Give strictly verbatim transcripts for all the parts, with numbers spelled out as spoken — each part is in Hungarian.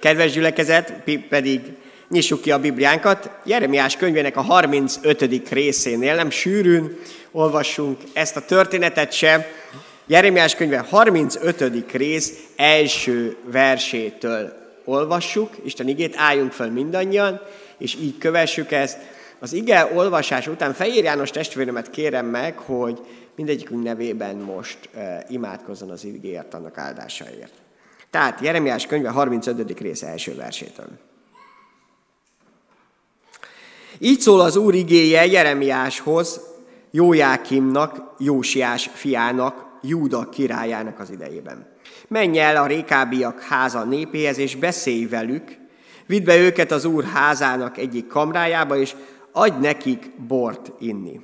Kedves gyülekezet, pedig nyissuk ki a Bibliánkat. Jeremiás könyvének a harmincötödik részénél, nem sűrűn olvassunk ezt a történetet se. Jeremiás könyve harmincötödik rész első versétől olvassuk. Isten igét, álljunk fel mindannyian, és így kövessük ezt. Az ige olvasás után Fejér János testvéremet kérem meg, hogy mindegyikünk nevében most uh, imádkozzon az igéért, annak áldásáért. Tehát Jeremiás könyve harmincötödik rész első versétől. Így szól az Úr igéje Jeremiáshoz, Jójákimnak, Jósiás fiának, Júda királyának az idejében. Menj el a rékábiak háza népéhez, és beszélj velük, vidd be őket az Úr házának egyik kamrájába, és adj nekik bort inni.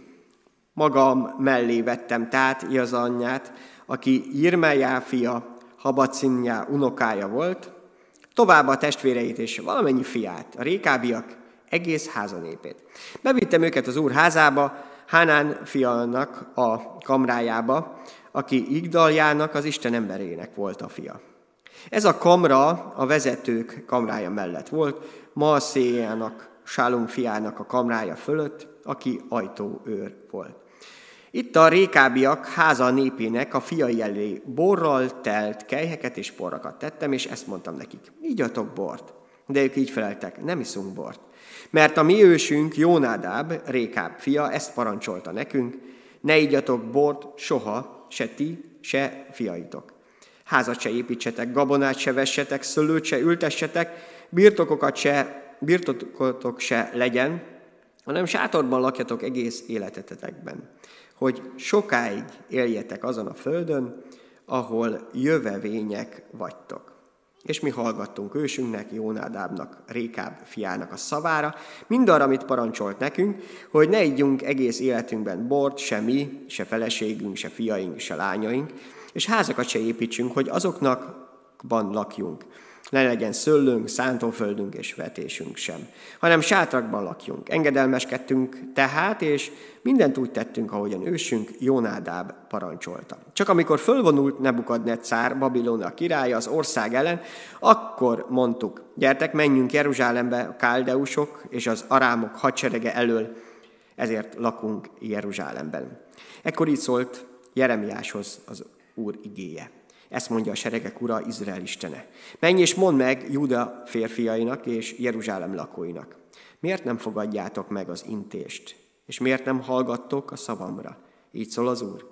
Magam mellé vettem tehát Jazanyát, aki Jirmeljá fia, Habacinjá unokája volt, tovább a testvéreit és valamennyi fiát, a rékábiak egész házanépét. Bevittem őket az Úr házába, Hánán fiának a kamrájába, aki Igdaljának, az Isten emberének volt a fia. Ez a kamra a vezetők kamrája mellett volt, Maasszéjának, Sálum fiának a kamrája fölött, aki ajtóőr volt. Itt a rékábiak háza népének a fiai elé borral telt kelyheket és porrakat tettem, és ezt mondtam nekik: igyatok bort. De ők így feleltek: nem iszunk bort. Mert a mi ősünk Jónádáb, Rékáb fia, ezt parancsolta nekünk: ne igyatok bort soha, se ti, se fiaitok. Házat se építsetek, gabonát se vessetek, szőlőt se ültessetek, birtokokat se, birtokotok se legyen, hanem sátorban lakjatok egész életetekben, hogy sokáig éljetek azon a földön, ahol jövevények vagytok. És mi hallgattunk ősünknek, Jónádábnak, Rékáb fiának a szavára, mindarra, amit parancsolt nekünk, hogy ne iggyunk egész életünkben bort, se mi, se feleségünk, se fiaink, se lányaink, és házakat se építsünk, hogy azoknakban lakjunk. Ne legyen szőlőnk, szántóföldünk és vetésünk sem, hanem sátrakban lakjunk. Engedelmeskedtünk tehát, és mindent úgy tettünk, ahogyan ősünk Jónádáb parancsolta. Csak amikor fölvonult Nebukadnetszár, Babilónia királya az ország ellen, akkor mondtuk: gyertek, menjünk Jeruzsálembe a káldeusok és az arámok hadserege elől, ezért lakunk Jeruzsálemben. Ekkor így szólt Jeremiáshoz az Úr igéje. Ezt mondja a seregek ura, Izrael istene: menj és mondd meg Júda férfiainak és Jeruzsálem lakóinak: miért nem fogadjátok meg az intést, és miért nem hallgattok a szavamra? Így szól az Úr.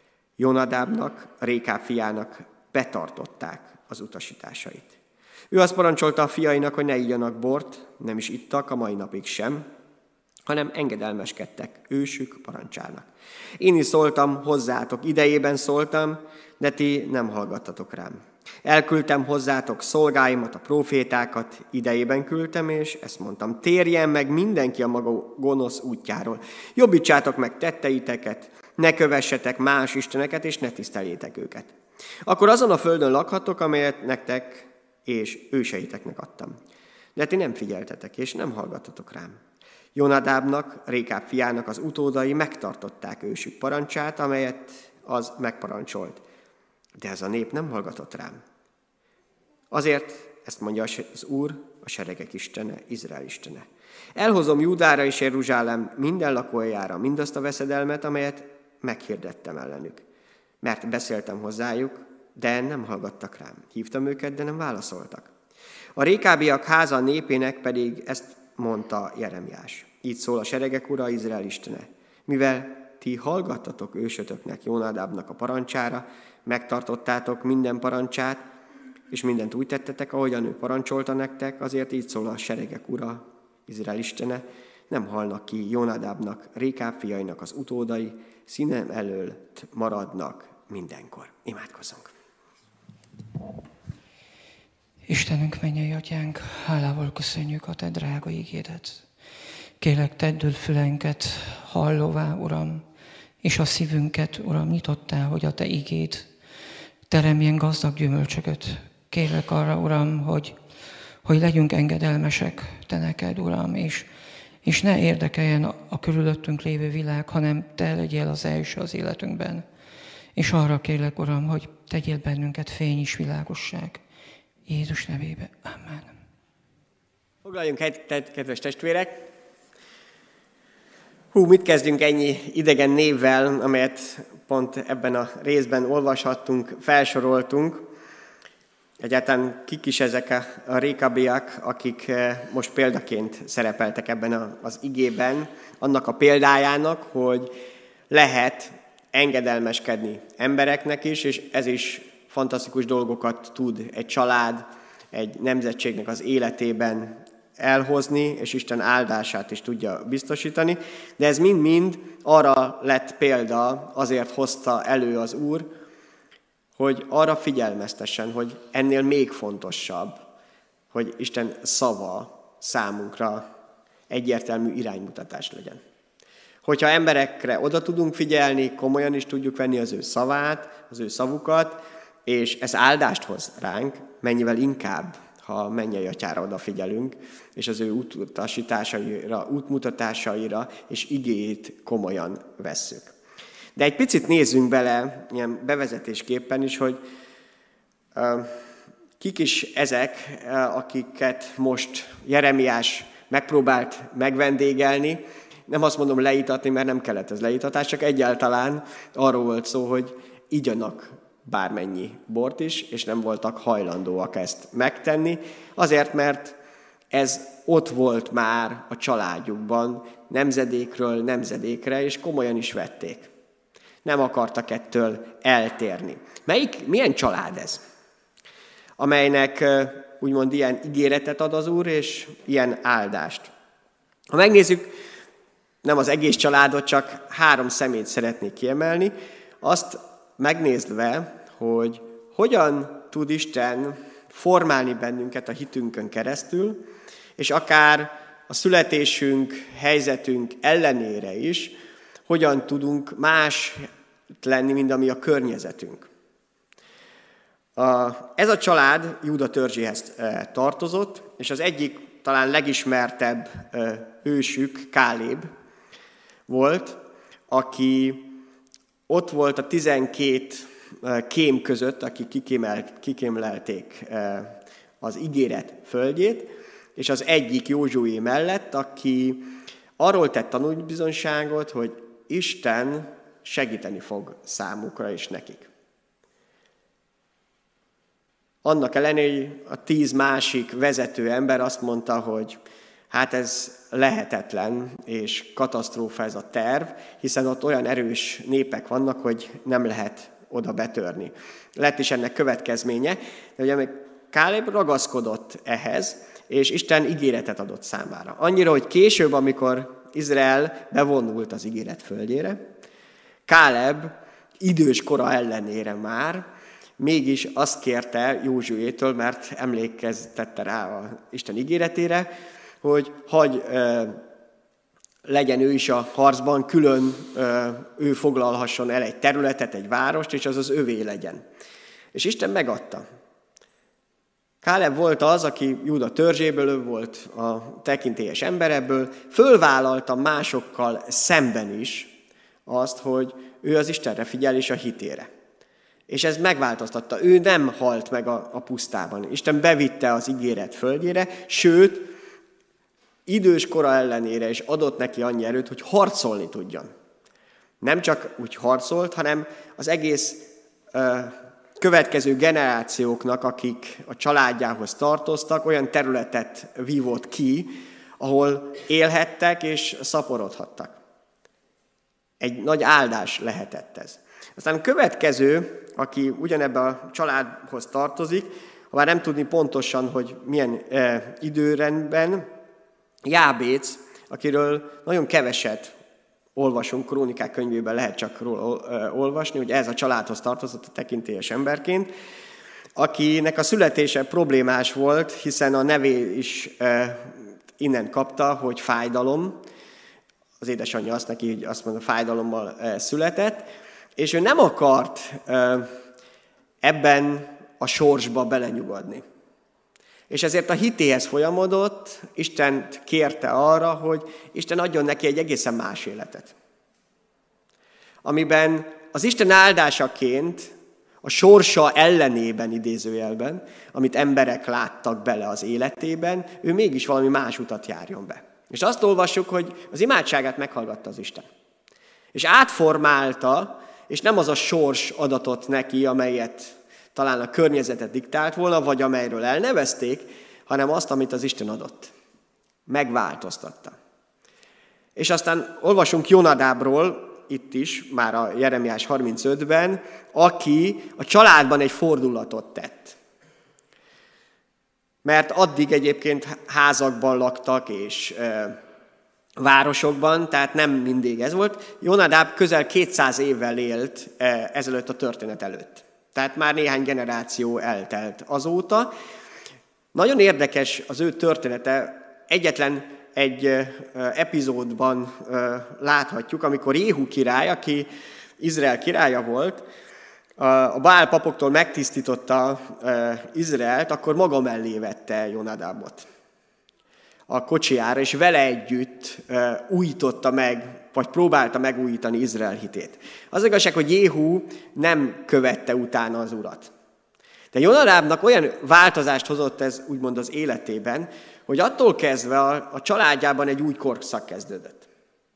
Jónadábnak, Rékáb fiának betartották az utasításait. Ő azt parancsolta a fiainak, hogy ne igyanak bort, nem is ittak a mai napig sem, hanem engedelmeskedtek ősük parancsának. Én is szóltam hozzátok, idejében szóltam, de ti nem hallgattatok rám. Elküldtem hozzátok szolgáimat, a prófétákat, idejében küldtem, és ezt mondtam: térjen meg mindenki a maga gonosz útjáról. Jobbítsátok meg tetteiteket, ne kövessetek más isteneket, és ne tiszteljétek őket. Akkor azon a földön lakhattok, amelyet nektek és őseiteknek adtam. De ti nem figyeltetek, és nem hallgattatok rám. Jónadábnak, Rékáb fiának az utódai megtartották ősük parancsát, amelyet az megparancsolt. De ez a nép nem hallgatott rám. Azért, ezt mondja az Úr, a seregek istene, Izrael istene: elhozom Júdára és Jeruzsálem minden lakójára mindazt a veszedelmet, amelyet meghirdettem ellenük. Mert beszéltem hozzájuk, de nem hallgattak rám. Hívtam őket, de nem válaszoltak. A rékábiak háza népének pedig ezt mondta Jeremiás: így szól a seregek ura, Izrael istene: mivel ti hallgattatok ősötöknek, Jónadábnak a parancsára, megtartottátok minden parancsát, és mindent úgy tettetek, ahogyan ő parancsolta nektek, azért így szól a seregek ura, Izrael istene: nem halnak ki Jónadábnak, Rékáb fiainak az utódai, színem előtt maradnak mindenkor. Imádkozzunk! Istenünk, mennyei atyánk, hálával köszönjük a te drága ígédet. Kérlek, tedd el fülenket hallóvá, Uram, és a szívünket, Uram, nyitottál, hogy a te igéd teremjen gazdag gyümölcsöket. Kérlek arra, Uram, hogy, hogy legyünk engedelmesek te neked, Uram, és, és ne érdekeljen a körülöttünk lévő világ, hanem te legyél az első az életünkben. És arra kérlek, Uram, hogy tegyél bennünket fény és világosság. Jézus nevébe. Amen. Foglaljunk helyet, kedves testvérek! Hú, mit kezdjünk ennyi idegen névvel, amelyet pont ebben a részben olvashattunk, felsoroltunk. Egyáltalán kik is ezek a, a rékabiak, akik most példaként szerepeltek ebben a, az igében, annak a példájának, hogy lehet engedelmeskedni embereknek is, és ez is fantasztikus dolgokat tud egy család, egy nemzetségnek az életében elhozni, és Isten áldását is tudja biztosítani. De ez mind-mind arra lett példa, azért hozta elő az Úr, hogy arra figyelmeztessen, hogy ennél még fontosabb, hogy Isten szava számunkra egyértelmű iránymutatás legyen. Hogyha emberekre oda tudunk figyelni, komolyan is tudjuk venni az ő szavát, az ő szavukat, és ez áldást hoz ránk, mennyivel inkább, ha a mennyei atyára odafigyelünk, és az ő útutasításaira, útmutatásaira és igéjét komolyan vesszük. De egy picit nézzünk bele, ilyen bevezetésképpen is, hogy uh, kik is ezek, uh, akiket most Jeremiás megpróbált megvendégelni. Nem azt mondom leítatni, mert nem kellett ez leítatás, csak egyáltalán arról volt szó, hogy igyanak bármennyi bort is, és nem voltak hajlandóak ezt megtenni, azért, mert ez ott volt már a családjukban, nemzedékről nemzedékre, és komolyan is vették. Nem akartak ettől eltérni. Melyik, milyen család ez? Amelynek úgymond ilyen ígéretet ad az Úr, és ilyen áldást. Ha megnézzük, nem az egész családot, csak három szemét szeretnék kiemelni, azt megnézve, hogy hogyan tud Isten formálni bennünket a hitünkön keresztül, és akár a születésünk, helyzetünk ellenére is, hogyan tudunk más lenni, mint ami a környezetünk. A, ez a család Júda törzséhez tartozott, és az egyik talán legismertebb ősük, Káléb volt, aki ott volt a tizenkét kém között, akik kikémlelték az ígéret földjét, és az egyik Józsué mellett, aki arról tett tanúbizonyságot, hogy Isten segíteni fog számukra és nekik. Annak ellenére a tíz másik vezető ember azt mondta, hogy hát ez lehetetlen és katasztrófa ez a terv, hiszen ott olyan erős népek vannak, hogy nem lehet oda betörni. Lett is ennek következménye, de ugye még Káleb ragaszkodott ehhez, és Isten ígéretet adott számára. Annyira, hogy később, amikor Izrael bevonult az ígéret földjére, Káleb idős kora ellenére már mégis azt kérte Józsuétől, mert emlékeztette rá a Isten ígéretére, hogy hagy ö, legyen ő is a harcban, külön ö, ő foglalhasson el egy területet, egy várost, és az az övé legyen. És Isten megadta. Káleb volt az, aki Júda törzséből, ő volt a tekintélyes ember ebből, fölvállalta másokkal szemben is azt, hogy ő az Istenre figyel és a hitére. És ez megváltoztatta. Ő nem halt meg a, a pusztában. Isten bevitte az ígéret földjére, sőt, idős kora ellenére is adott neki annyi erőt, hogy harcolni tudjon. Nem csak úgy harcolt, hanem az egész ö, következő generációknak, akik a családjához tartoztak, olyan területet vívott ki, ahol élhettek és szaporodhattak. Egy nagy áldás lehetett ez. Aztán a következő, aki ugyanebben a családhoz tartozik, ha már nem tudni pontosan, hogy milyen e, időrendben, Jábéc, akiről nagyon keveset olvasunk, Krónikák könyvében lehet csak róla olvasni, hogy ez a családhoz tartozott a tekintélyes emberként, akinek a születése problémás volt, hiszen a nevé is e, innen kapta, hogy fájdalom. Az édesanyja azt neki, hogy azt mondja, fájdalommal e, született, és ő nem akart e, ebben a sorsba belenyugodni. És ezért a hitéhez folyamodott, Istent kérte arra, hogy Isten adjon neki egy egészen más életet. Amiben az Isten áldásaként a sorsa ellenében idézőjelben, amit emberek láttak bele az életében, ő mégis valami más utat járjon be. És azt olvassuk, hogy az imádságát meghallgatta az Isten. És átformálta, és nem az a sors adatot neki, amelyet talán a környezetet diktált volna, vagy amelyről elnevezték, hanem azt, amit az Isten adott. Megváltoztatta. És aztán olvasunk Jonadábról, itt is, már a Jeremiás harmincötben, aki a családban egy fordulatot tett. Mert addig egyébként házakban laktak, és e, városokban, tehát nem mindig ez volt. Jonadáb közel kétszáz évvel élt e, ezelőtt a történet előtt. Tehát már néhány generáció eltelt azóta. Nagyon érdekes az ő története, egyetlen egy epizódban láthatjuk, amikor Jéhu király, aki Izrael királya volt, a Bál papoktól megtisztította Izraelt, akkor maga mellé vette Jonadábot a kocsijára, és vele együtt újította meg, vagy próbálta megújítani Izrael hitét. Az igazság, hogy Jéhu nem követte utána az urat. De Jonadábnak olyan változást hozott ez úgymond az életében, hogy attól kezdve a, a családjában egy új korszak kezdődött.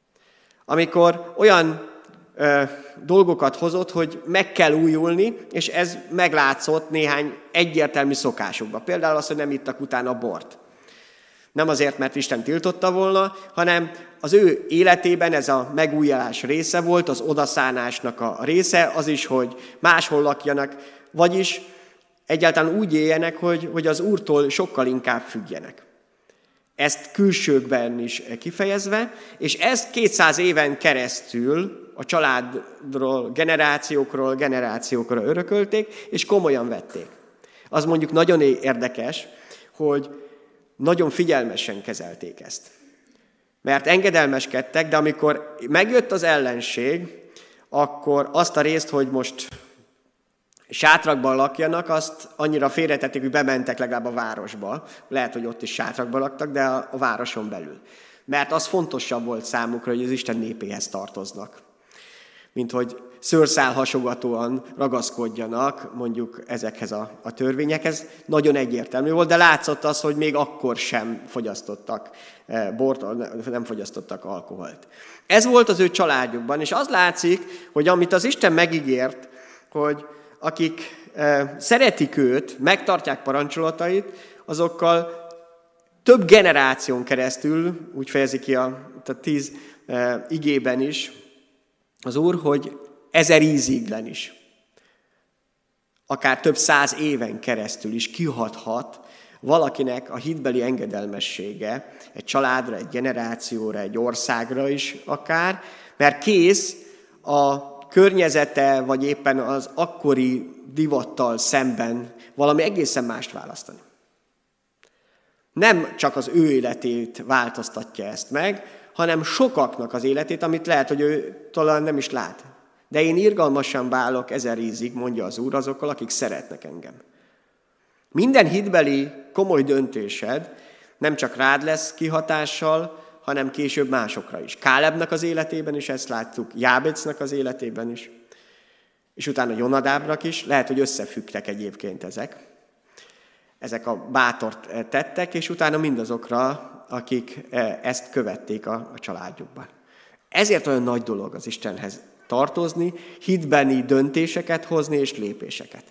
Amikor olyan ö, dolgokat hozott, hogy meg kell újulni, és ez meglátszott néhány egyértelmű szokásokban. Például az, hogy nem ittak utána bort. Nem azért, mert Isten tiltotta volna, hanem az ő életében ez a megújulás része volt, az odaszánásnak a része, az is, hogy máshol lakjanak, vagyis egyáltalán úgy éljenek, hogy, hogy az Úrtól sokkal inkább függjenek. Ezt külsőkben is kifejezve, és ezt kétszáz éven keresztül a családról, generációkról, generációkra örökölték, és komolyan vették. Az mondjuk nagyon érdekes, hogy nagyon figyelmesen kezelték ezt. Mert engedelmeskedtek, de amikor megjött az ellenség, akkor azt a részt, hogy most sátrakban lakjanak, azt annyira félretették, hogy bementek legalább a városba. Lehet, hogy ott is sátrakban laktak, de a, a városon belül. Mert az fontosabb volt számukra, hogy az Isten népéhez tartoznak. Mint hogy szőrszál hasogatóan ragaszkodjanak mondjuk ezekhez a, a törvényekhez. Nagyon egyértelmű volt, de látszott az, hogy még akkor sem fogyasztottak bort, nem fogyasztottak alkoholt. Ez volt az ő családjukban, és az látszik, hogy amit az Isten megígért, hogy akik e, szeretik őt, megtartják parancsolatait, azokkal több generáción keresztül, úgy fejezi ki a, a tíz e, igében is az Úr, hogy ezer íziglen is, akár több száz éven keresztül is kihathat valakinek a hitbeli engedelmessége, egy családra, egy generációra, egy országra is akár, mert kész a környezete, vagy éppen az akkori divattal szemben valami egészen mást választani. Nem csak az ő életét változtatja ezt meg, hanem sokaknak az életét, amit lehet, hogy ő talán nem is lát. De én irgalmasan bálok ezer ízig, mondja az Úr, azokkal, akik szeretnek engem. Minden hitbeli komoly döntésed nem csak rád lesz kihatással, hanem később másokra is. Kálebnek az életében is ezt láttuk, Jábecnek az életében is, és utána Jonadábnak is. Lehet, hogy összefüggtek egyébként ezek. Ezek a bátor tettek, és utána mindazokra, akik ezt követték a, a családjukban. Ezért olyan nagy dolog az Istenhez tartozni, hitbeni döntéseket hozni és lépéseket.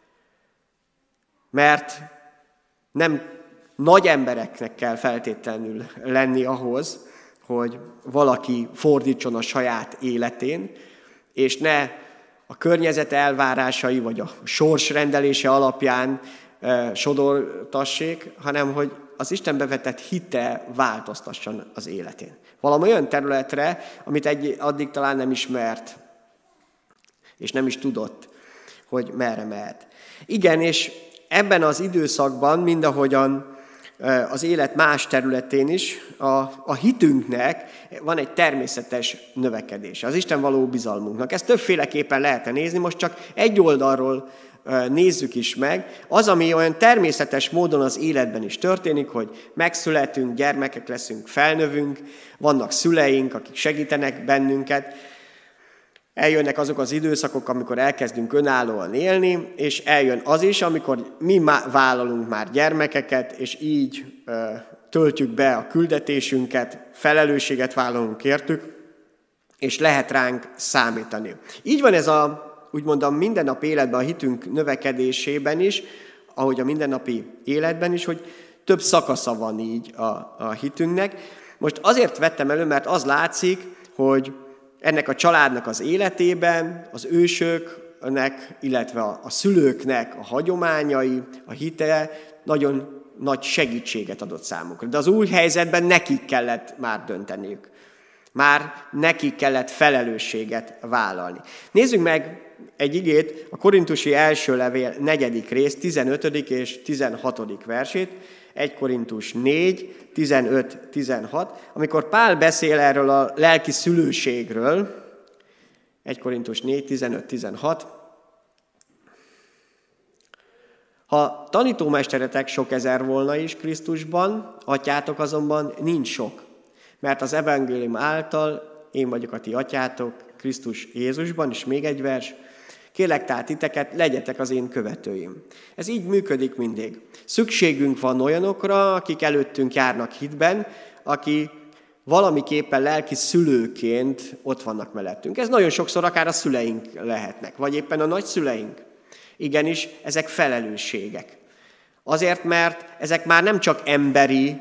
Mert nem nagy embereknek kell feltétlenül lenni ahhoz, hogy valaki fordítson a saját életén, és ne a környezet elvárásai vagy a sors rendelése alapján e, sodortassék, hanem hogy az Istenbe vetett hite változtasson az életén. Valami olyan területre, amit egy, addig talán nem ismert, és nem is tudott, hogy merre mehet. Igen, és ebben az időszakban, mindahogyan az élet más területén is, a, a hitünknek van egy természetes növekedése, az Isten való bizalmunknak. Ezt többféleképpen lehetne nézni, most csak egy oldalról nézzük is meg. Az, ami olyan természetes módon az életben is történik, hogy megszületünk, gyermekek leszünk, felnövünk, vannak szüleink, akik segítenek bennünket. Eljönnek azok az időszakok, amikor elkezdünk önállóan élni, és eljön az is, amikor mi vállalunk már gyermekeket, és így ö, töltjük be a küldetésünket, felelősséget vállalunk értük, és lehet ránk számítani. Így van ez a, úgymond a mindennapi életben, a hitünk növekedésében is, ahogy a mindennapi életben is, hogy több szakasza van így a, a hitünknek. Most azért vettem elő, mert az látszik, hogy ennek a családnak az életében, az ősöknek, illetve a, a szülőknek a hagyományai, a hite nagyon nagy segítséget adott számukra. De az új helyzetben nekik kellett már dönteniük. Már nekik kellett felelősséget vállalni. Nézzük meg egy igét, a Korintusi első levél negyedik rész, tizenötödik és tizenhatodik versét, egy Korintus négy, tizenöt, tizenhat, amikor Pál beszél erről a lelki szülőségről, egy Korintus négy, tizenöt, tizenhat. Ha tanítómesteretek sok ezer volna is Krisztusban, atyátok azonban nincs sok, mert az evangélium által én vagyok a ti atyátok Krisztus Jézusban, és még egy vers, kérlek tehát titeket, legyetek az én követőim. Ez így működik mindig. Szükségünk van olyanokra, akik előttünk járnak hitben, aki valamiképpen lelki szülőként ott vannak mellettünk. Ez nagyon sokszor akár a szüleink lehetnek, vagy éppen a nagyszüleink. Igenis, ezek felelősségek. Azért, mert ezek már nem csak emberi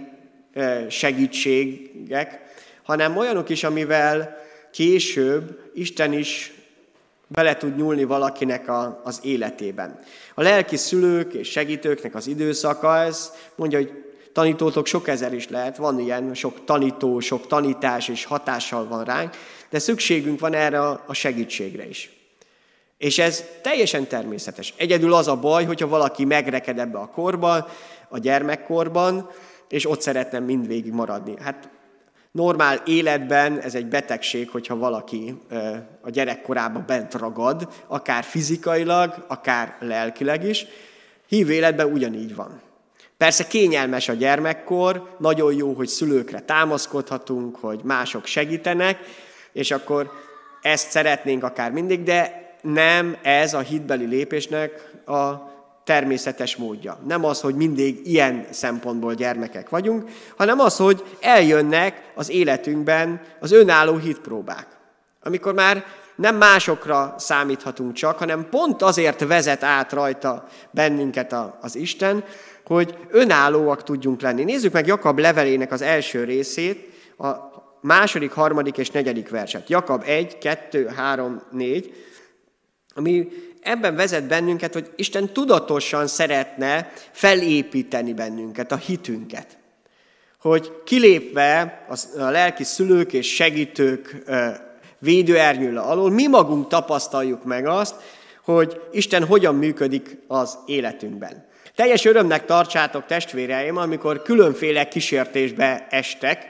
segítségek, hanem olyanok is, amivel később Isten is bele tud nyúlni valakinek a, az életében. A lelki szülők és segítőknek az időszaka, ez mondja, hogy tanítótok sok ezer is lehet, van ilyen, sok tanító, sok tanítás és hatással van ránk, de szükségünk van erre a, a segítségre is. És ez teljesen természetes. Egyedül az a baj, hogyha valaki megreked ebbe a korban, a gyermekkorban, és ott szeretne mindvégig maradni. Hát normál életben ez egy betegség, hogyha valaki a gyerekkorában bent ragad, akár fizikailag, akár lelkileg is. Hívő életben ugyanígy van. Persze kényelmes a gyermekkor, nagyon jó, hogy szülőkre támaszkodhatunk, hogy mások segítenek, és akkor ezt szeretnénk akár mindig, de nem ez a hitbeli lépésnek a természetes módja. Nem az, hogy mindig ilyen szempontból gyermekek vagyunk, hanem az, hogy eljönnek az életünkben az önálló hitpróbák. Amikor már nem másokra számíthatunk csak, hanem pont azért vezet át rajta bennünket az Isten, hogy önállóak tudjunk lenni. Nézzük meg Jakab levelének az első részét, a második, harmadik és negyedik verset. Jakab egy, kettő, három, négy, ami ebben vezet bennünket, hogy Isten tudatosan szeretne felépíteni bennünket, a hitünket. Hogy kilépve a lelki szülők és segítők védőernyőle alól, mi magunk tapasztaljuk meg azt, hogy Isten hogyan működik az életünkben. Teljes örömnek tartsátok, testvéreim, amikor különféle kísértésbe estek,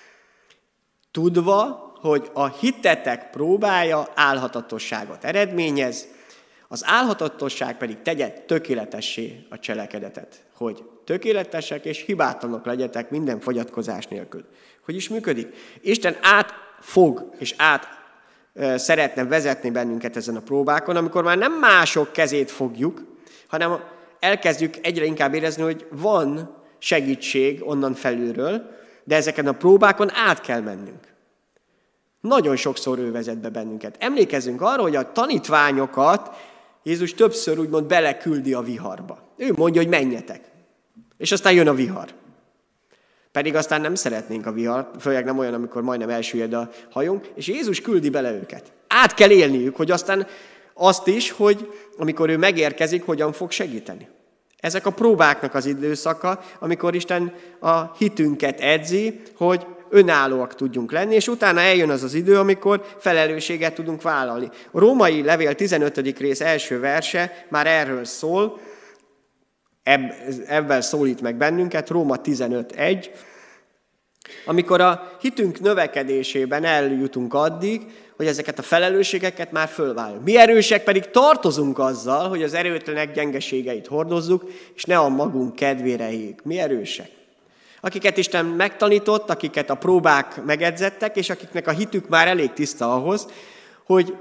tudva, hogy a hitetek próbája álhatatosságot eredményez, az álhatatosság pedig tegye tökéletessé a cselekedetet, hogy tökéletesek és hibátlanok legyetek minden fogyatkozás nélkül. Hogy is működik? Isten át fog és át e, szeretne vezetni bennünket ezen a próbákon, amikor már nem mások kezét fogjuk, hanem elkezdjük egyre inkább érezni, hogy van segítség onnan felülről, de ezeken a próbákon át kell mennünk. Nagyon sokszor ő vezet be bennünket. Emlékezzünk arra, hogy a tanítványokat Jézus többször úgymond beleküldi a viharba. Ő mondja, hogy menjetek. És aztán jön a vihar. Pedig aztán nem szeretnénk a vihart, főleg nem olyan, amikor majdnem elsüllyed a hajunk, és Jézus küldi bele őket. Át kell élniük, hogy aztán azt is, hogy amikor ő megérkezik, hogyan fog segíteni. Ezek a próbáknak az időszaka, amikor Isten a hitünket edzi, hogy önállóak tudjunk lenni, és utána eljön az az idő, amikor felelősséget tudunk vállalni. A római levél tizenötödik rész első verse már erről szól, ebb, ebben szólít meg bennünket, Róma tizenöt egy, amikor a hitünk növekedésében eljutunk addig, hogy ezeket a felelősségeket már fölvállaljuk. Mi erősek pedig tartozunk azzal, hogy az erőtlenek gyengeségeit hordozzuk, és ne a magunk kedvére éljük. Mi erősek. Akiket Isten megtanított, akiket a próbák megedzettek, és akiknek a hitük már elég tiszta ahhoz, hogy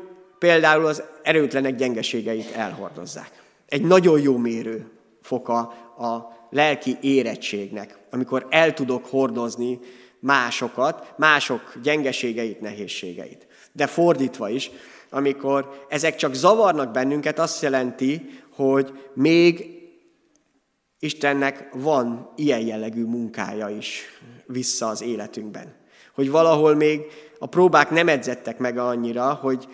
például az erőtlenek gyengeségeit elhordozzák. Egy nagyon jó mérő foka a lelki érettségnek, amikor el tudok hordozni másokat, mások gyengeségeit, nehézségeit. De fordítva is, amikor ezek csak zavarnak bennünket, azt jelenti, hogy még Istennek van ilyen jellegű munkája is vissza az életünkben. Hogy valahol még a próbák nem edzettek meg annyira, hogy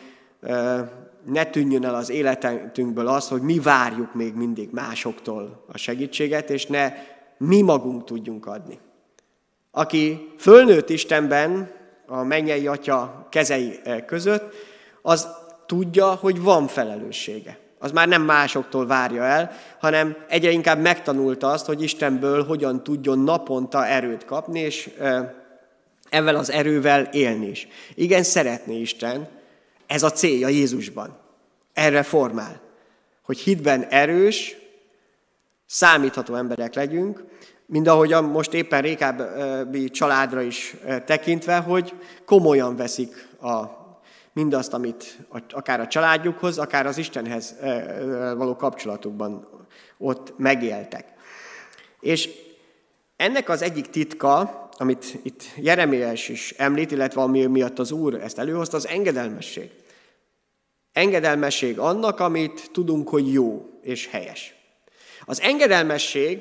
ne tűnjön el az életünkből az, hogy mi várjuk még mindig másoktól a segítséget, és ne mi magunk tudjunk adni. Aki fölnőtt Istenben, a mennyei Atya kezei között, az tudja, hogy van felelőssége. Az már nem másoktól várja el, hanem egyre inkább megtanulta azt, hogy Istenből hogyan tudjon naponta erőt kapni, és ezzel az erővel élni is. Igen, szeretné Isten, ez a célja Jézusban. Erre formál, hogy hitben erős, számítható emberek legyünk, mind ahogyan most éppen rékábbi családra is tekintve, hogy komolyan veszik a, mindazt, amit akár a családjukhoz, akár az Istenhez való kapcsolatukban ott megéltek. És ennek az egyik titka, amit itt Jeremiás is említ, illetve ami miatt az Úr ezt előhozta, az engedelmesség. Engedelmesség annak, amit tudunk, hogy jó és helyes. Az engedelmesség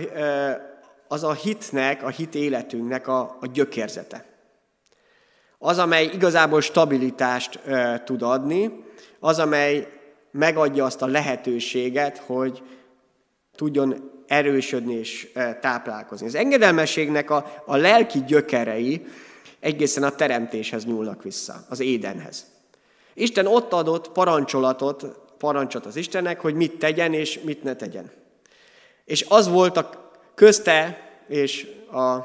az a hitnek, a hit életünknek a, a gyökérzete. Az, amely igazából stabilitást e, tud adni, az, amely megadja azt a lehetőséget, hogy tudjon erősödni és e, táplálkozni. Az engedelmességnek a, a lelki gyökerei egészen a teremtéshez nyúlnak vissza, az Édenhez. Isten ott adott parancsolatot, parancsot az Istennek, hogy mit tegyen és mit ne tegyen. És az volt a közte és a,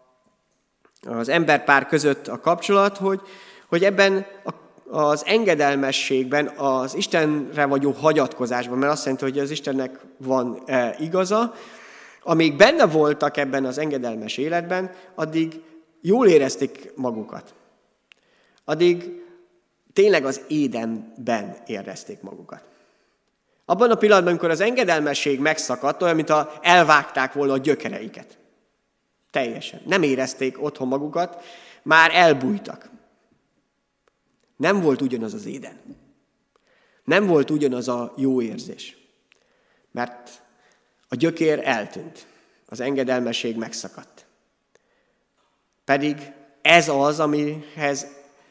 az emberpár között a kapcsolat, hogy, hogy ebben a, az engedelmességben, az Istenre való hagyatkozásban, mert azt jelenti, hogy az Istennek van e, igaza, amíg benne voltak ebben az engedelmes életben, addig jól érezték magukat. Addig tényleg az Édenben érezték magukat. Abban a pillanatban, amikor az engedelmesség megszakadt, olyan, mintha elvágták volna a gyökereiket. Teljesen. Nem érezték otthon magukat, már elbújtak. Nem volt ugyanaz az Éden. Nem volt ugyanaz a jó érzés. Mert a gyökér eltűnt. Az engedelmesség megszakadt. Pedig ez az, amihez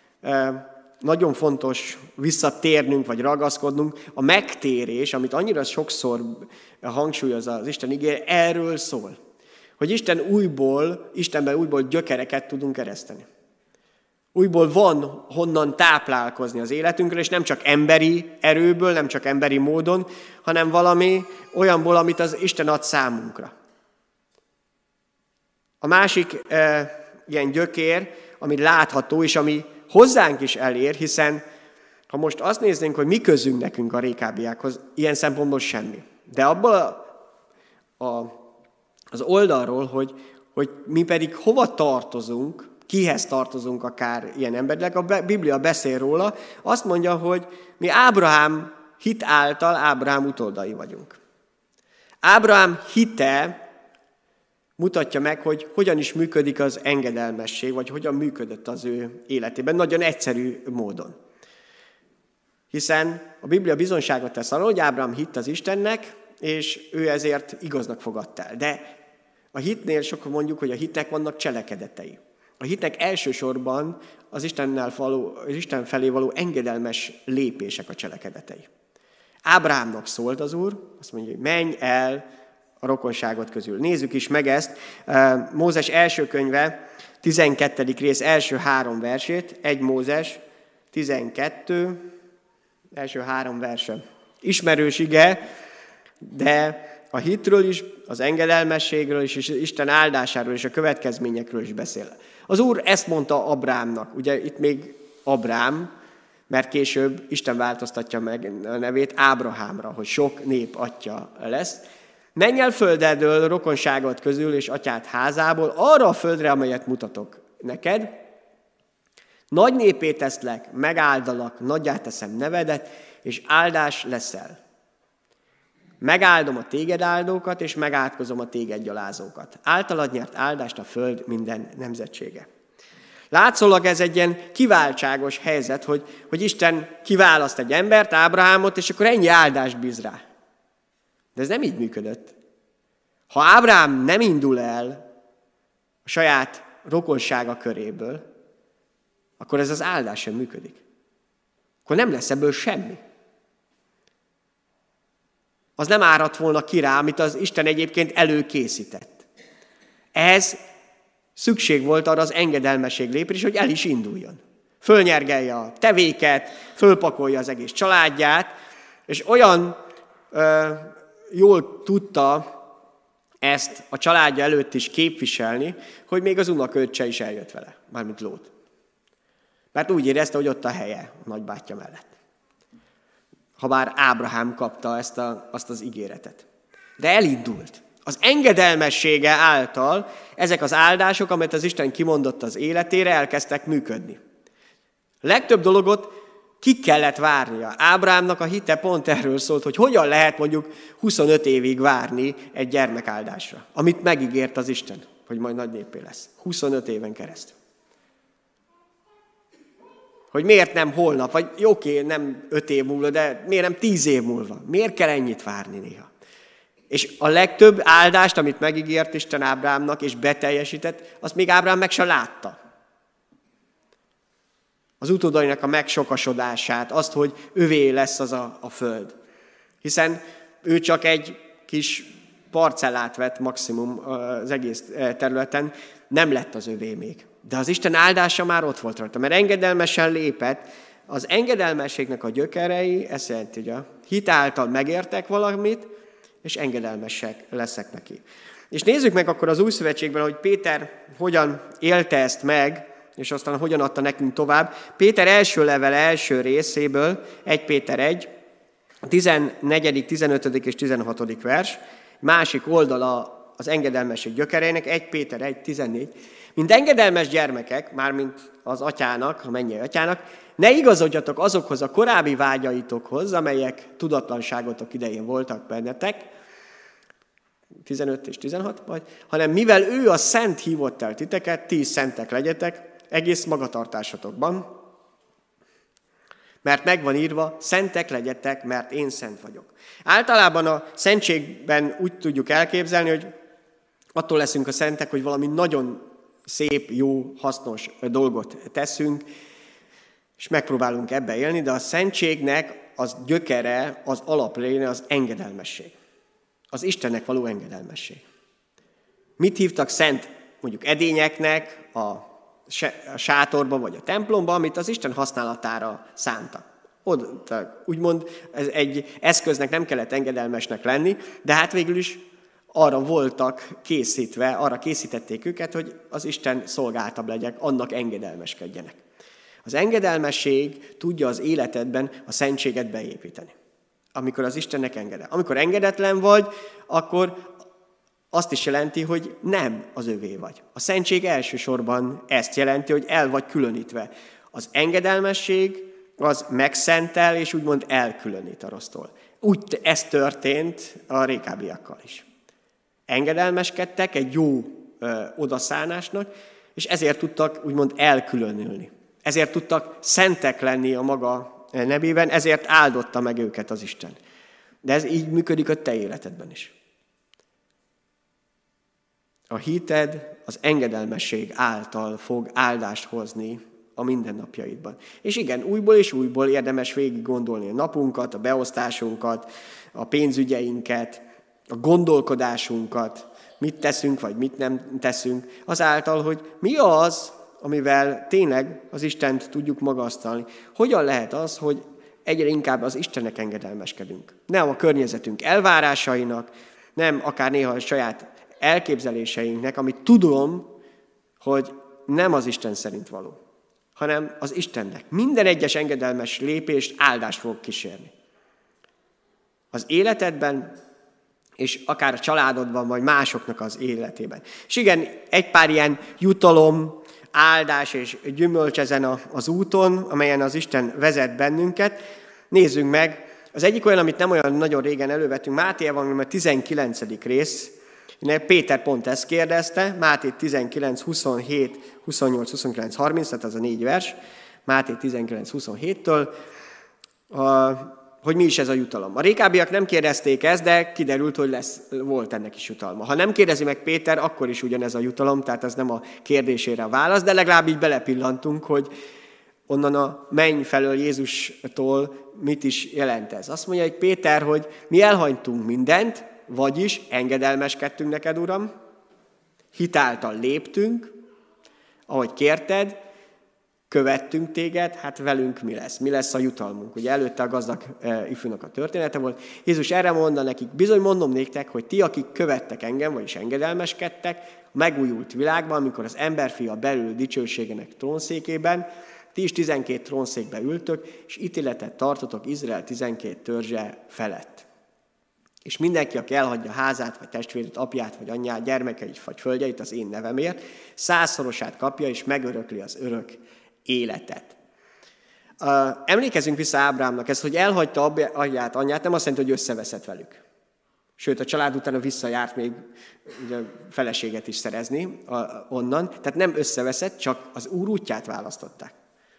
nagyon fontos visszatérnünk, vagy ragaszkodnunk. A megtérés, amit annyira sokszor hangsúlyoz az Isten igéje, erről szól. Hogy Isten újból, Istenben újból gyökereket tudunk ereszteni. Újból van honnan táplálkozni az életünkről, és nem csak emberi erőből, nem csak emberi módon, hanem valami olyanból, amit az Isten ad számunkra. A másik e, ilyen gyökér, ami látható, és ami hozzánk is elér, hiszen ha most azt néznénk, hogy mi közünk nekünk a rékábbiákhoz, ilyen szempontból semmi. De abból a, a, az oldalról, hogy, hogy mi pedig hova tartozunk, kihez tartozunk akár ilyen embernek, a Biblia beszél róla, azt mondja, hogy mi Ábrahám hit által Ábrahám utódai vagyunk. Ábrahám hite mutatja meg, hogy hogyan is működik az engedelmesség, vagy hogyan működött az ő életében, nagyon egyszerű módon. Hiszen a Biblia bizonyságot tesz arról, hogy Ábrahám hitt az Istennek, és ő ezért igaznak fogadta el. De a hitnél sokan mondjuk, hogy a hitnek vannak cselekedetei. A hitnek elsősorban az, Istennel való, az Isten felé való engedelmes lépések a cselekedetei. Ábrahámnak szólt az Úr, azt mondja, hogy menj el a rokonságot közül. Nézzük is meg ezt. Mózes első könyve, tizenkettedik rész első három versét. egy Mózes, tizenkettő, első három verse. Ismerős ige, de a hitről is, az engedelmességről is, és Isten áldásáról és a következményekről is beszél. Az Úr ezt mondta Abrahámnak. Ugye itt még Abrám, mert később Isten változtatja meg a nevét Ábrahámra, hogy sok nép atya lesz. Menj el földedről, rokonságod közül és atyád házából, arra a földre, amelyet mutatok neked. Nagy népé teszlek, megáldalak, nagyjá teszem nevedet, és áldás leszel. Megáldom a téged áldókat, és megátkozom a téged gyalázókat. Általad nyert áldást a föld minden nemzetsége. Látszólag ez egy ilyen kiváltságos helyzet, hogy, hogy Isten kiválaszt egy embert, Ábrahámot, és akkor ennyi áldást bíz rá. De ez nem így működött. Ha Ábrahám nem indul el a saját rokonsága köréből, akkor ez az áldás sem működik. Akkor nem lesz ebből semmi. Az nem áradt volna ki rá, amit az Isten egyébként előkészített. Ez szükség volt arra az engedelmesség lépésre, hogy el is induljon. Fölnyergelje a tevéket, fölpakolja az egész családját, és olyan ö, jól tudta ezt a családja előtt is képviselni, hogy még az unokaöccse is eljött vele, mármint Lót. Mert úgy érezte, hogy ott a helye a nagybátyja mellett. Habár Ábrahám kapta ezt a, azt az ígéretet. De elindult. Az engedelmessége által ezek az áldások, amelyet az Isten kimondott az életére, elkezdtek működni. A legtöbb dologot ki kellett várnia. Ábrahámnak a hite pont erről szólt, hogy hogyan lehet mondjuk huszonöt évig várni egy gyermekáldásra, amit megígért az Isten, hogy majd nagy népé lesz. huszonöt éven keresztül. Hogy miért nem holnap, vagy oké, nem öt év múlva, de miért nem tíz év múlva? Miért kell ennyit várni néha? És a legtöbb áldást, amit megígért Isten Ábrahámnak, és beteljesített, azt még Ábrahám meg se látta. Az utódainak a megsokasodását, azt, hogy övé lesz az a, a föld. Hiszen ő csak egy kis parcellát vett maximum az egész területen, nem lett az övé még. De az Isten áldása már ott volt rajta, mert engedelmesen lépett. Az engedelmességnek a gyökerei, ezt jelenti, hogy a hit által megértek valamit, és engedelmesek leszek neki. És nézzük meg akkor az Új Szövetségben, hogy Péter hogyan élte ezt meg, és aztán hogyan adta nekünk tovább. Péter első levele első részéből, egy Péter egy, tizennegyedik, tizenötödik és tizenhatodik vers, másik oldala az engedelmesség gyökereinek, egy Péter egy, tizennégy. Mint engedelmes gyermekek, mármint az atyának, a mennyei atyának, ne igazodjatok azokhoz a korábbi vágyaitokhoz, amelyek tudatlanságotok idején voltak bennetek, tizenöt és tizenhat majd, hanem mivel ő a szent hívott el titeket, ti is szentek legyetek, egész magatartásotokban, mert megvan írva, szentek legyetek, mert én szent vagyok. Általában a szentségben úgy tudjuk elképzelni, hogy attól leszünk a szentek, hogy valami nagyon szép, jó, hasznos dolgot teszünk, és megpróbálunk ebbe élni, de a szentségnek az gyökere, az alapléne az engedelmesség. Az Istennek való engedelmesség. Mit hívtak szent, mondjuk edényeknek a sátorban vagy a templomban, amit az Isten használatára szántak. Oda, úgymond ez egy eszköznek nem kellett engedelmesnek lenni, de hát végül is arra voltak készítve, arra készítették őket, hogy az Isten szolgáltabb legyek, annak engedelmeskedjenek. Az engedelmesség tudja az életedben a szentséget beépíteni. Amikor az Istennek engedel. Amikor engedetlen vagy, akkor azt is jelenti, hogy nem az övé vagy. A szentség elsősorban ezt jelenti, hogy el vagy különítve. Az engedelmesség az megszentel, és úgymond elkülönít a rossztól. Úgy ez történt a rékábiakkal is. Engedelmeskedtek egy jó ö, odaszánásnak, és ezért tudtak úgymond elkülönülni. Ezért tudtak szentek lenni a maga nevében, ezért áldotta meg őket az Isten. De ez így működik a te életedben is. A hited az engedelmesség által fog áldást hozni a mindennapjaidban. És igen, újból és újból érdemes végig gondolni a napunkat, a beosztásunkat, a pénzügyeinket, a gondolkodásunkat, mit teszünk, vagy mit nem teszünk, azáltal, hogy mi az, amivel tényleg az Istent tudjuk magasztalni. Hogyan lehet az, hogy egyre inkább az Istennek engedelmeskedünk? Nem a környezetünk elvárásainak, nem akár néha a saját elképzeléseinknek, amit tudom, hogy nem az Isten szerint való, hanem az Istennek. Minden egyes engedelmes lépést áldást fog kísérni. Az életedben, és akár a családodban, vagy másoknak az életében. És igen, egy pár ilyen jutalom, áldás és gyümölcs ezen az úton, amelyen az Isten vezet bennünket. Nézzünk meg. Az egyik olyan, amit nem olyan nagyon régen elővettünk, Máté evangélium a tizenkilencedik rész. Péter pont ezt kérdezte, Máté tizenkilenc, huszonhét, huszonnyolc, huszonkilenc, harminc, tehát az a négy vers, Máté tizenkilenc, huszonhéttől, hogy mi is ez a jutalom. A rékábbiak nem kérdezték ezt, de kiderült, hogy lesz, volt ennek is jutalma. Ha nem kérdezi meg Péter, akkor is ugyanez a jutalom, tehát ez nem a kérdésére a válasz, de legalább így belepillantunk, hogy onnan a menny felől Jézustól mit is jelent ez. Azt mondja, hogy Péter, hogy mi elhagytunk mindent, vagyis engedelmeskedtünk neked, Uram, hitáltal léptünk, ahogy kérted, követtünk téged, hát velünk mi lesz? Mi lesz a jutalmunk? Ugye előtte a gazdag e, ifjúnak a története volt. Jézus erre mondta nekik, bizony mondom néktek, hogy ti, akik követtek engem, vagyis engedelmeskedtek, a megújult világban, amikor az emberfia belül dicsőségének trónszékében, ti is tizenkét trónszékbe ültök, és ítéletet tartotok Izrael tizenkét törzse felett. És mindenki, aki elhagyja házát, vagy testvérét, apját, vagy anyját, gyermekeit, vagy földjeit az én nevemért, százszorosát kapja, és megörökli az örök életet. Emlékezzünk vissza Ábrahámnak, ez, hogy elhagyta apját, anyját, nem azt jelenti, hogy összeveszett velük. Sőt, a család utána visszajárt még ugye, feleséget is szerezni onnan. Tehát nem összeveszett, csak az Úr útját választották.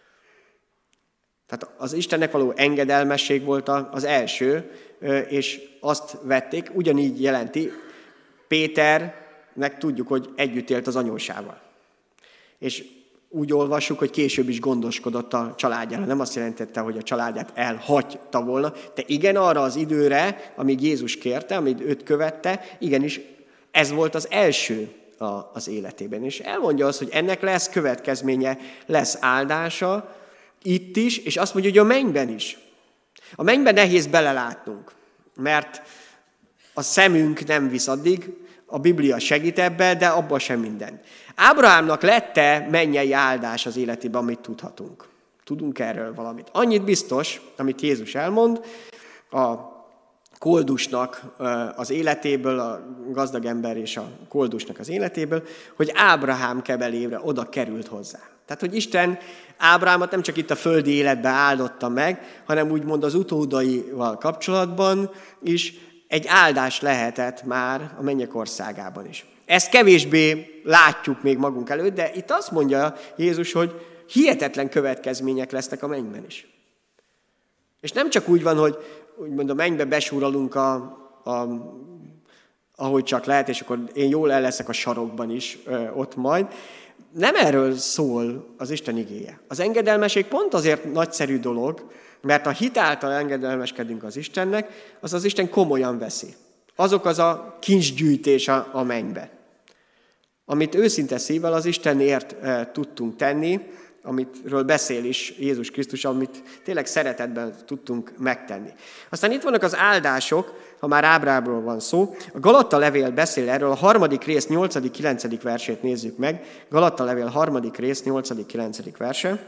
Tehát az Istennek való engedelmesség volt az első, és azt vették, ugyanígy jelenti, Péternek tudjuk, hogy együtt élt az anyósával. És úgy olvassuk, hogy később is gondoskodott a családjára. Nem azt jelentette, hogy a családját elhagyta volna, de igen, arra az időre, amíg Jézus kérte, amíg őt követte, igenis ez volt az első az életében. És elmondja azt, hogy ennek lesz következménye, lesz áldása itt is, és azt mondja, hogy a mennyben is. A mennyben nehéz belelátnunk, mert a szemünk nem visz addig, a Biblia segít ebbe, de abban sem minden. Ábrahámnak lett-e mennyei áldás az életében, amit tudhatunk? Tudunk erről valamit. Annyit biztos, amit Jézus elmond, a koldusnak az életéből, a gazdag ember és a koldusnak az életéből, hogy Ábrahám kebelévre oda került hozzá. Tehát, hogy Isten Ábrahámot nem csak itt a földi életben áldotta meg, hanem úgymond az utódaival kapcsolatban is egy áldás lehetett már a mennyek országában is. Ezt kevésbé látjuk még magunk előtt, de itt azt mondja Jézus, hogy hihetetlen következmények lesznek a mennyben is. És nem csak úgy van, hogy úgymond a mennybe besúrolunk, a, a, ahogy csak lehet, és akkor én jól el leszek a sarokban is ö, ott majd. Nem erről szól az Isten igéje. Az engedelmesség pont azért nagyszerű dolog, mert a hit által engedelmeskedünk az Istennek, az az Isten komolyan veszi. Azok az a kincsgyűjtés a, a mennybe, amit őszinte szívvel az Istenért e, tudtunk tenni, amitről beszél is Jézus Krisztus, amit tényleg szeretetben tudtunk megtenni. Aztán itt vannak az áldások, ha már Ábrahámról van szó. A Galatta levél beszél erről, a harmadik rész nyolcadik kilencedik versét nézzük meg. Galatta levél harmadik rész nyolcadik kilencedik verse.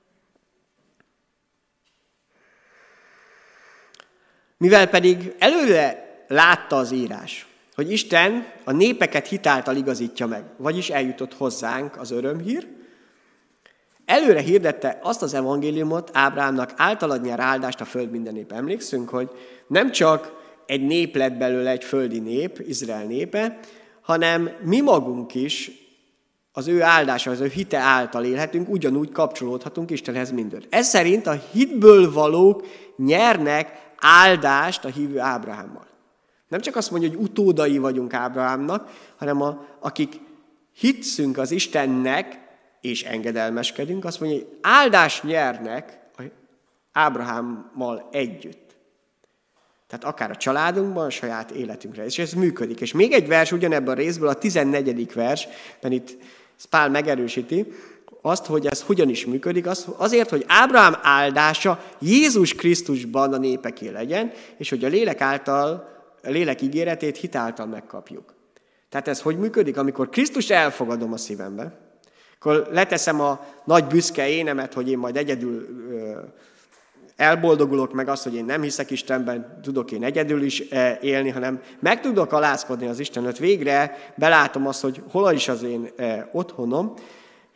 Mivel pedig előre látta az írás, hogy Isten a népeket hitáltal igazítja meg, vagyis eljutott hozzánk az örömhír, előre hirdette azt az evangéliumot Ábrahámnak, általad nyer áldást a föld minden nép. Emlékszünk, hogy nem csak egy nép lett belőle, egy földi nép, Izrael népe, hanem mi magunk is az ő áldása, az ő hite által élhetünk, ugyanúgy kapcsolódhatunk Istenhez mindent. Ez szerint a hitből valók nyernek áldást a hívő Ábrahámmal. Nem csak azt mondja, hogy utódai vagyunk Ábrahámnak, hanem a, akik hitszünk az Istennek, és engedelmeskedünk, azt mondja, hogy áldást nyernek Ábrahámmal együtt. Tehát akár a családunkban, a saját életünkre. És ez működik. És még egy vers ugyanebben a részből, a tizennegyedik vers, mert itt Pál megerősíti azt, hogy ez hogyan is működik, az, azért, hogy Ábrahám áldása Jézus Krisztusban a népeké legyen, és hogy a lélek által, a lélek ígéretét hit által megkapjuk. Tehát ez hogy működik? Amikor Krisztust elfogadom a szívembe, akkor leteszem a nagy büszke énemet, hogy én majd egyedül ö, elboldogulok, meg azt, hogy én nem hiszek Istenben, tudok én egyedül is élni, hanem meg tudok alázkodni az Istenöt. Végre belátom azt, hogy hol is az én otthonom,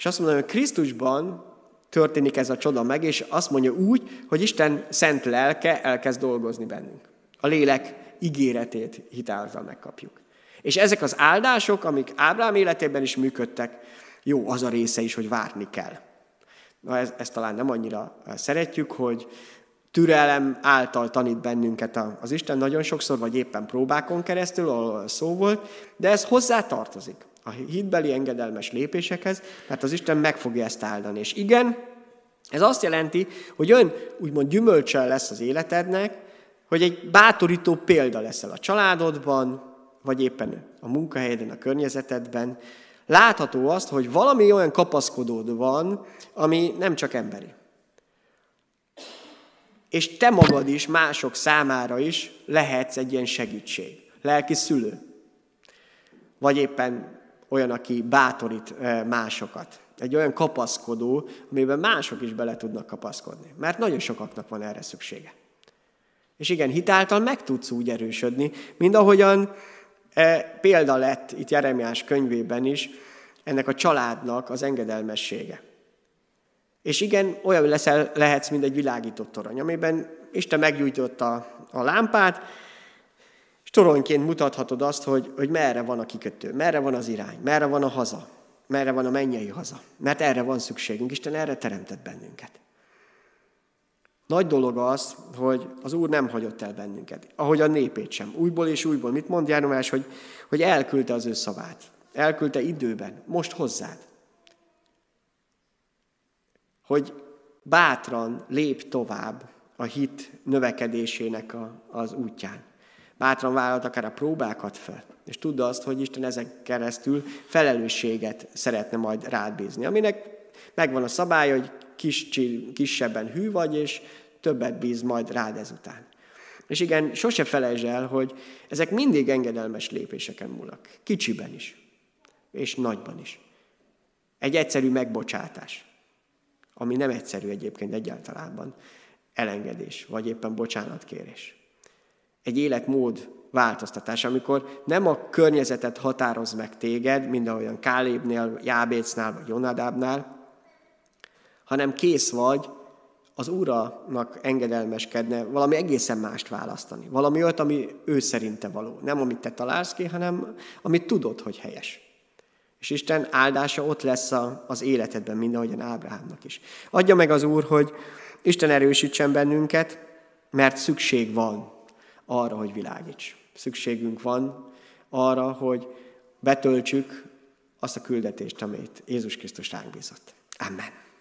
És azt mondom, hogy Krisztusban történik ez a csoda meg, és azt mondja úgy, hogy Isten szent lelke elkezd dolgozni bennünk. A lélek ígéretét hitáltal megkapjuk. És ezek az áldások, amik Ábrahám életében is működtek, jó, az a része is, hogy várni kell. Na, ez, ezt talán nem annyira szeretjük, hogy türelem által tanít bennünket az Isten nagyon sokszor, vagy éppen próbákon keresztül, ahol szó volt, de ez hozzá tartozik a hitbeli engedelmes lépésekhez, mert az Isten meg fogja ezt áldani. És igen, ez azt jelenti, hogy olyan úgymond gyümölcsel lesz az életednek, hogy egy bátorító példa leszel a családodban, vagy éppen a munkahelyeden, a környezetedben. Látható azt, hogy valami olyan kapaszkodód van, ami nem csak emberi. És te magad is, mások számára is lehetsz egy ilyen segítség. Lelki szülő. Vagy éppen olyan, aki bátorít másokat. Egy olyan kapaszkodó, amiben mások is bele tudnak kapaszkodni. Mert nagyon sokaknak van erre szüksége. És igen, hitáltal meg tudsz úgy erősödni, mint ahogyan e, példa lett itt Jeremiás könyvében is ennek a családnak az engedelmessége. És igen, olyan leszel, lehetsz, mint egy világított torony, amiben Isten meggyújtotta a lámpát, és toronyként mutathatod azt, hogy, hogy merre van a kikötő, merre van az irány, merre van a haza, merre van a mennyei haza. Mert erre van szükségünk, Isten erre teremtett bennünket. Nagy dolog az, hogy az Úr nem hagyott el bennünket, ahogy a népét sem. Újból és újból. Mit mond Jeremiás, hogy, hogy elküldte az ő szavát. Elküldte időben, most hozzád. Hogy bátran lép tovább a hit növekedésének a, az útján. Bátran vállalt akár a próbákat fel. És tudd azt, hogy Isten ezen keresztül felelősséget szeretne majd rád bízni. Aminek megvan a szabály, hogy kis, kisebben hű vagy, és többet bíz majd rád ezután. És igen, sose felejtsd el, hogy ezek mindig engedelmes lépéseken múlnak. Kicsiben is, és nagyban is. Egy egyszerű megbocsátás, ami nem egyszerű egyébként egyáltalában, elengedés, vagy éppen bocsánatkérés. Egy életmód változtatás, amikor nem a környezetet határoz meg téged, mint ahogyan Kálébnél, Jábécnál, vagy Jonadábnál, hanem kész vagy az Úrnak engedelmeskedne, valami egészen mást választani. Valami olyat, ami ő szerinte való. Nem amit te találsz ki, hanem amit tudod, hogy helyes. És Isten áldása ott lesz az életedben, mind ahogyan Ábrahámnak is. Adja meg az Úr, hogy Isten erősítsen bennünket, mert szükség van arra, hogy világíts. Szükségünk van arra, hogy betöltsük azt a küldetést, amit Jézus Krisztus ránk bízott. Amen.